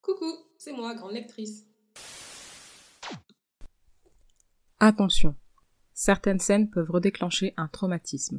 Coucou, c'est moi, grande lectrice. Attention, certaines scènes peuvent redéclencher un traumatisme.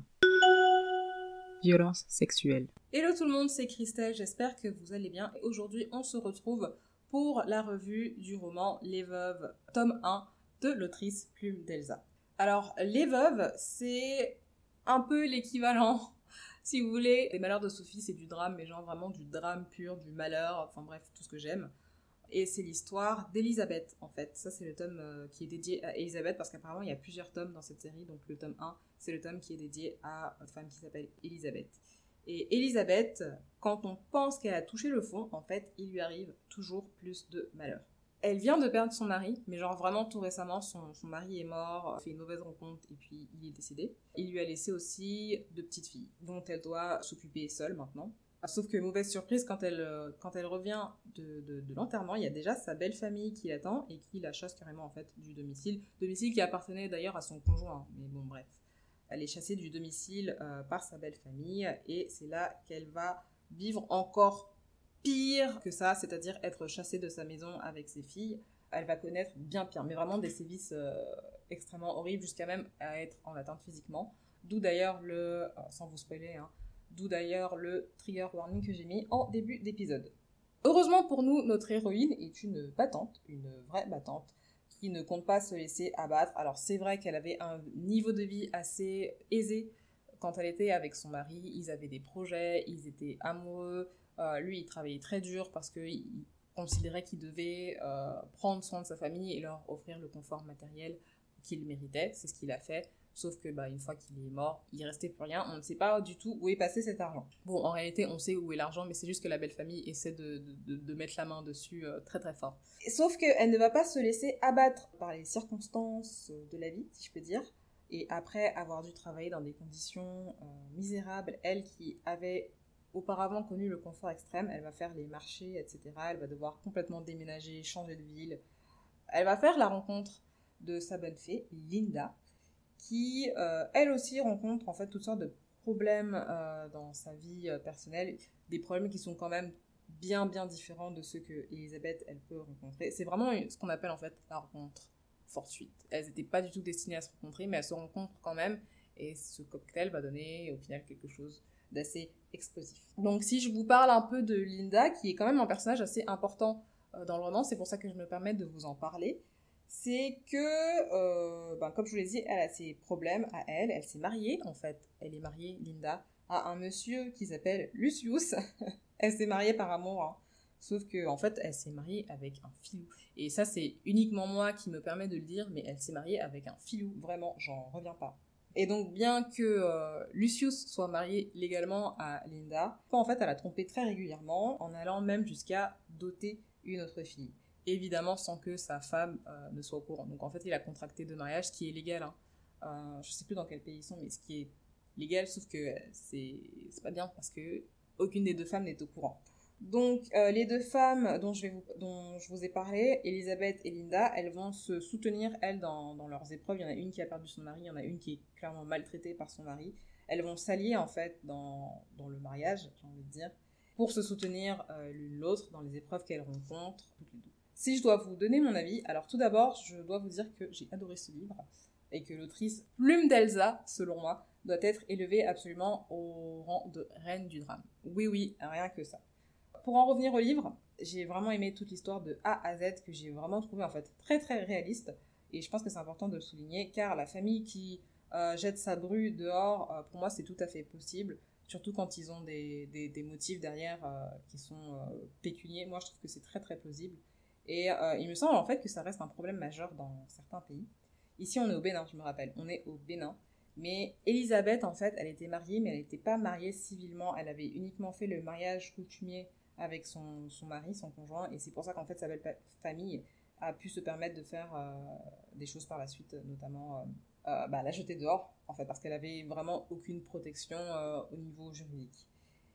Violence sexuelle. Hello tout le monde, c'est Christelle, j'espère que vous allez bien. Et aujourd'hui, on se retrouve pour la revue du roman Les Veuves, tome 1 de l'autrice Plume d'Elsa. Alors, Les Veuves, c'est un peu l'équivalent, si vous voulez. Les Malheurs de Sophie, c'est du drame, mais genre vraiment du drame pur, du malheur, enfin bref, tout ce que j'aime. Et c'est l'histoire d'Elisabeth, en fait. Ça, c'est le tome qui est dédié à Elisabeth, parce qu'apparemment, il y a plusieurs tomes dans cette série. Donc, le tome 1, c'est le tome qui est dédié à une femme qui s'appelle Elisabeth. Et Elisabeth, quand on pense qu'elle a touché le fond, en fait, il lui arrive toujours plus de malheur. Elle vient de perdre son mari, mais genre vraiment tout récemment, son mari est mort, fait une mauvaise rencontre et puis il est décédé. Il lui a laissé aussi 2 petites filles, dont elle doit s'occuper seule maintenant. Sauf que mauvaise surprise, quand elle revient de l'enterrement, il y a déjà sa belle famille qui l'attend et qui la chasse carrément en fait du domicile. Domicile qui appartenait d'ailleurs à son conjoint, mais bon bref. Elle est chassée du domicile par sa belle famille et c'est là qu'elle va vivre encore pire que ça, c'est-à-dire être chassée de sa maison avec ses filles. Elle va connaître bien pire, mais vraiment des sévices extrêmement horribles jusqu'à même à être en atteinte physiquement. D'où d'ailleurs sans vous spoiler, d'où d'ailleurs le trigger warning que j'ai mis en début d'épisode. Heureusement pour nous, notre héroïne est une battante, une vraie battante, qui ne compte pas se laisser abattre. Alors c'est vrai qu'elle avait un niveau de vie assez aisé quand elle était avec son mari. Ils avaient des projets, ils étaient amoureux. Lui, il travaillait très dur parce qu'il considérait qu'il devait prendre soin de sa famille et leur offrir le confort matériel qu'il méritait. C'est ce qu'il a fait. Sauf que une fois qu'il est mort, il restait plus rien. On ne sait pas du tout où est passé cet argent. Bon, en réalité, on sait où est l'argent, mais c'est juste que la belle famille essaie de mettre la main dessus très très fort. Sauf qu'elle ne va pas se laisser abattre par les circonstances de la vie, si je peux dire. Et après avoir dû travailler dans des conditions misérables, elle qui avait auparavant connu le confort extrême, elle va faire les marchés, etc. Elle va devoir complètement déménager, changer de ville. Elle va faire la rencontre de sa bonne fée, Linda, qui, elle aussi, rencontre en fait toutes sortes de problèmes dans sa vie personnelle, des problèmes qui sont quand même bien différents de ceux que Elisabeth, elle peut rencontrer. C'est vraiment ce qu'on appelle en fait la rencontre fortuite. Elles n'étaient pas du tout destinées à se rencontrer, mais elles se rencontrent quand même, et ce cocktail va donner au final quelque chose d'assez explosif. Donc si je vous parle un peu de Linda, qui est quand même un personnage assez important dans le roman, c'est pour ça que je me permets de vous en parler, c'est que, comme je vous l'ai dit, elle a ses problèmes à elle. Elle s'est mariée, en fait. Elle est mariée, Linda, à un monsieur qui s'appelle Lucius. Elle s'est mariée par amour, hein. Sauf que, en fait, elle s'est mariée avec un filou. Et ça, c'est uniquement moi qui me permet de le dire, mais elle s'est mariée avec un filou. Vraiment, j'en reviens pas. Et donc, bien que Lucius soit marié légalement à Linda, en fait, elle a trompé très régulièrement, en allant même jusqu'à doter une autre fille. Évidemment sans que sa femme ne soit au courant. Donc en fait, il a contracté 2 mariages, ce qui est légal. Je sais plus dans quel pays ils sont, mais ce qui est légal, sauf que c'est pas bien parce que aucune des 2 femmes n'est au courant. Donc les 2 femmes dont je vous ai parlé, Elisabeth et Linda, elles vont se soutenir, elles, dans leurs épreuves. Il y en a une qui a perdu son mari, il y en a une qui est clairement maltraitée par son mari. Elles vont s'allier en fait dans le mariage, j'ai envie de dire, pour se soutenir l'une l'autre dans les épreuves qu'elles rencontrent toutes les deux. Si je dois vous donner mon avis, alors tout d'abord, je dois vous dire que j'ai adoré ce livre et que l'autrice Plume d'Elsa, selon moi, doit être élevée absolument au rang de reine du drame. Oui, rien que ça. Pour en revenir au livre, j'ai vraiment aimé toute l'histoire de A à Z que j'ai vraiment trouvé en fait très très réaliste et je pense que c'est important de le souligner car la famille qui jette sa bru dehors, pour moi c'est tout à fait possible. Surtout quand ils ont des motifs derrière qui sont pécuniers. Moi, je trouve que c'est très, très plausible. Et il me semble en fait que ça reste un problème majeur dans certains pays. Ici, on est au Bénin, je me rappelle. On est au Bénin. Mais Elisabeth, en fait, elle était mariée, mais elle n'était pas mariée civilement. Elle avait uniquement fait le mariage coutumier avec son mari, son conjoint. Et c'est pour ça qu'en fait, sa belle famille a pu se permettre de faire des choses par la suite, notamment la jeter dehors, en fait, parce qu'elle avait vraiment aucune protection au niveau juridique.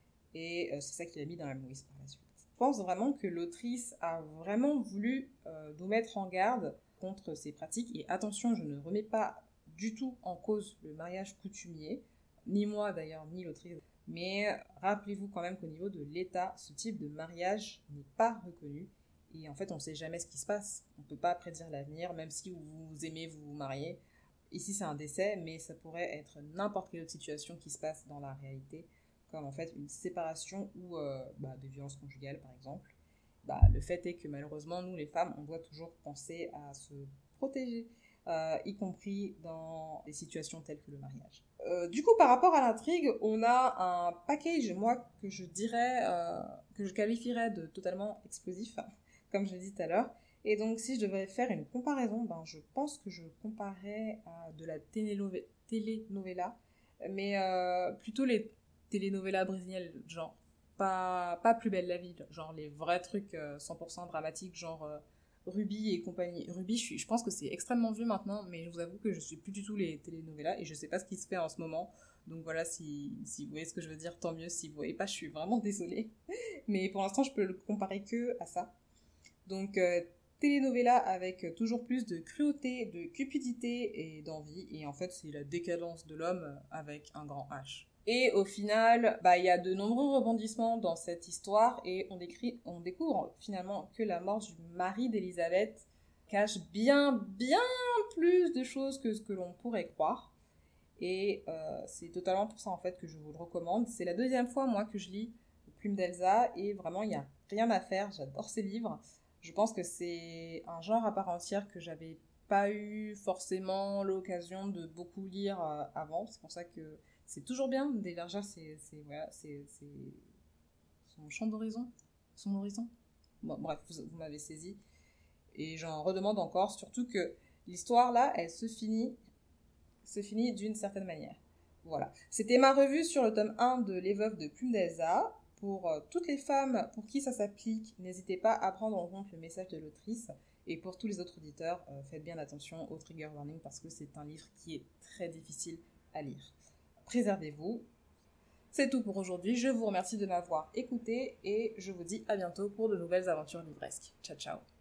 Et c'est ça qui l'a mis dans la mouise par la suite. Je pense vraiment que l'autrice a vraiment voulu nous mettre en garde contre ces pratiques. Et attention, je ne remets pas du tout en cause le mariage coutumier, ni moi d'ailleurs, ni l'autrice. Mais rappelez-vous quand même qu'au niveau de l'État, ce type de mariage n'est pas reconnu. Et en fait, on ne sait jamais ce qui se passe. On ne peut pas prédire l'avenir, même si vous aimez vous marier. Ici, c'est un décès, mais ça pourrait être n'importe quelle autre situation qui se passe dans la réalité, comme en fait une séparation ou des violences conjugales, par exemple. Le fait est que malheureusement, nous, les femmes, on doit toujours penser à se protéger, y compris dans des situations telles que le mariage. Du coup, par rapport à l'intrigue, on a un package, moi, que je dirais, que je qualifierais de totalement explosif, comme je l'ai dit tout à l'heure. Et donc, si je devais faire une comparaison, je pense que je comparais à de la telenovela, mais plutôt les telenovelas brésiliennes, genre pas Plus belle la vie, genre les vrais trucs 100% dramatiques, genre Ruby et compagnie. Ruby, je pense que c'est extrêmement vieux maintenant, mais je vous avoue que je suis plus du tout les telenovelas et je sais pas ce qui se fait en ce moment. Donc voilà, si vous voyez ce que je veux dire, tant mieux. Si vous voyez pas, je suis vraiment désolée. Mais pour l'instant, je peux le comparer que à ça. Donc telenovela avec toujours plus de cruauté, de cupidité et d'envie. Et en fait, c'est la décadence de l'homme avec un grand H. Et au final, il y a de nombreux rebondissements dans cette histoire et on découvre finalement que la mort du mari d'Elisabeth cache bien plus de choses que ce que l'on pourrait croire. Et c'est totalement pour ça en fait que je vous le recommande. C'est la deuxième fois moi que je lis Plume d'Elsa et vraiment il n'y a rien à faire, j'adore ces livres. Je pense que c'est un genre à part entière que j'avais pas eu forcément l'occasion de beaucoup lire avant. C'est pour ça que c'est toujours bien d'élargir son champ d'horizon. Son horizon. Bon, bref, vous m'avez saisi. Et j'en redemande encore, surtout que l'histoire là, elle se finit d'une certaine manière. Voilà. C'était ma revue sur le tome 1 de Les Veuves de Plume d'Elsa. Pour toutes les femmes pour qui ça s'applique, n'hésitez pas à prendre en compte le message de l'autrice. Et pour tous les autres auditeurs, faites bien attention au trigger warning parce que c'est un livre qui est très difficile à lire. Préservez-vous. C'est tout pour aujourd'hui. Je vous remercie de m'avoir écouté et je vous dis à bientôt pour de nouvelles aventures livresques. Ciao, ciao.